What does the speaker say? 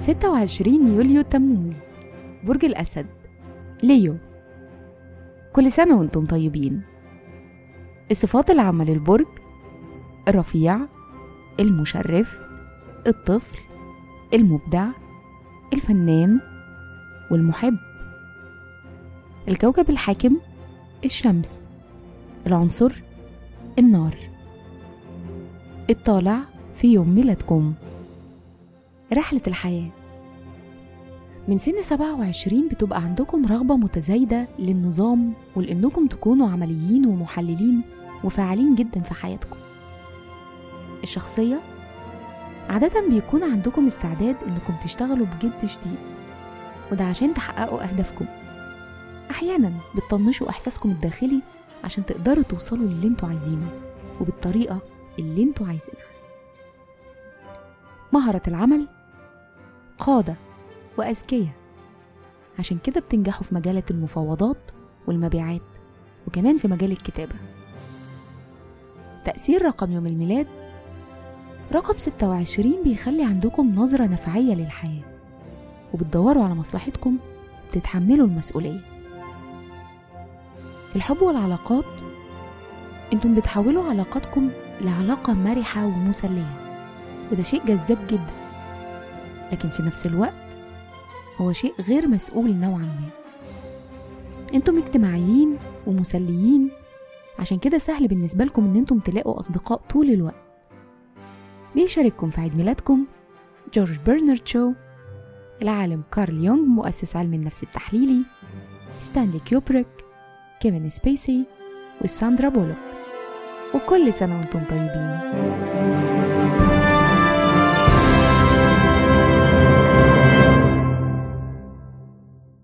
26 يوليو تموز، برج الأسد، ليو. كل سنة وانتم طيبين. الصفات العامة للبرج: الرفيع، المشرف، الطفل، المبدع، الفنان، والمحب. الكوكب الحاكم: الشمس. العنصر: النار. الطالع في يوم ميلادكم. رحلة الحياة: من سن 27 بتبقى عندكم رغبة متزايدة للنظام ولأنكم تكونوا عمليين ومحللين وفاعلين جدا في حياتكم. الشخصية: عادة بيكون عندكم استعداد انكم تشتغلوا بجد شديد، وده عشان تحققوا أهدافكم. أحيانا بتطنشوا إحساسكم الداخلي عشان تقدروا توصلوا للي انتوا عايزينه وبالطريقة اللي انتوا عايزينها. مهارة العمل: قادة وأذكياء، عشان كده بتنجحوا في مجالات المفاوضات والمبيعات وكمان في مجال الكتابة. تأثير رقم يوم الميلاد: رقم 26 بيخلي عندكم نظرة نفعية للحياة وبتدوروا على مصلحتكم، بتتحملوا المسؤولية. في الحب والعلاقات: انتم بتحولوا علاقاتكم لعلاقة مرحة ومسلية، وده شيء جذاب جدا، لكن في نفس الوقت هو شيء غير مسؤول نوعا ما. انتم اجتماعيين ومسليين، عشان كده سهل بالنسبة لكم ان انتم تلاقوا أصدقاء طول الوقت. بيشارككم في عيد ميلادكم جورج برنارد شو، العالم كارل يونغ مؤسس علم النفس التحليلي، ستانلي كيوبريك، كيفن سبيسي، وساندرا بولوك. وكل سنة وانتم طيبين.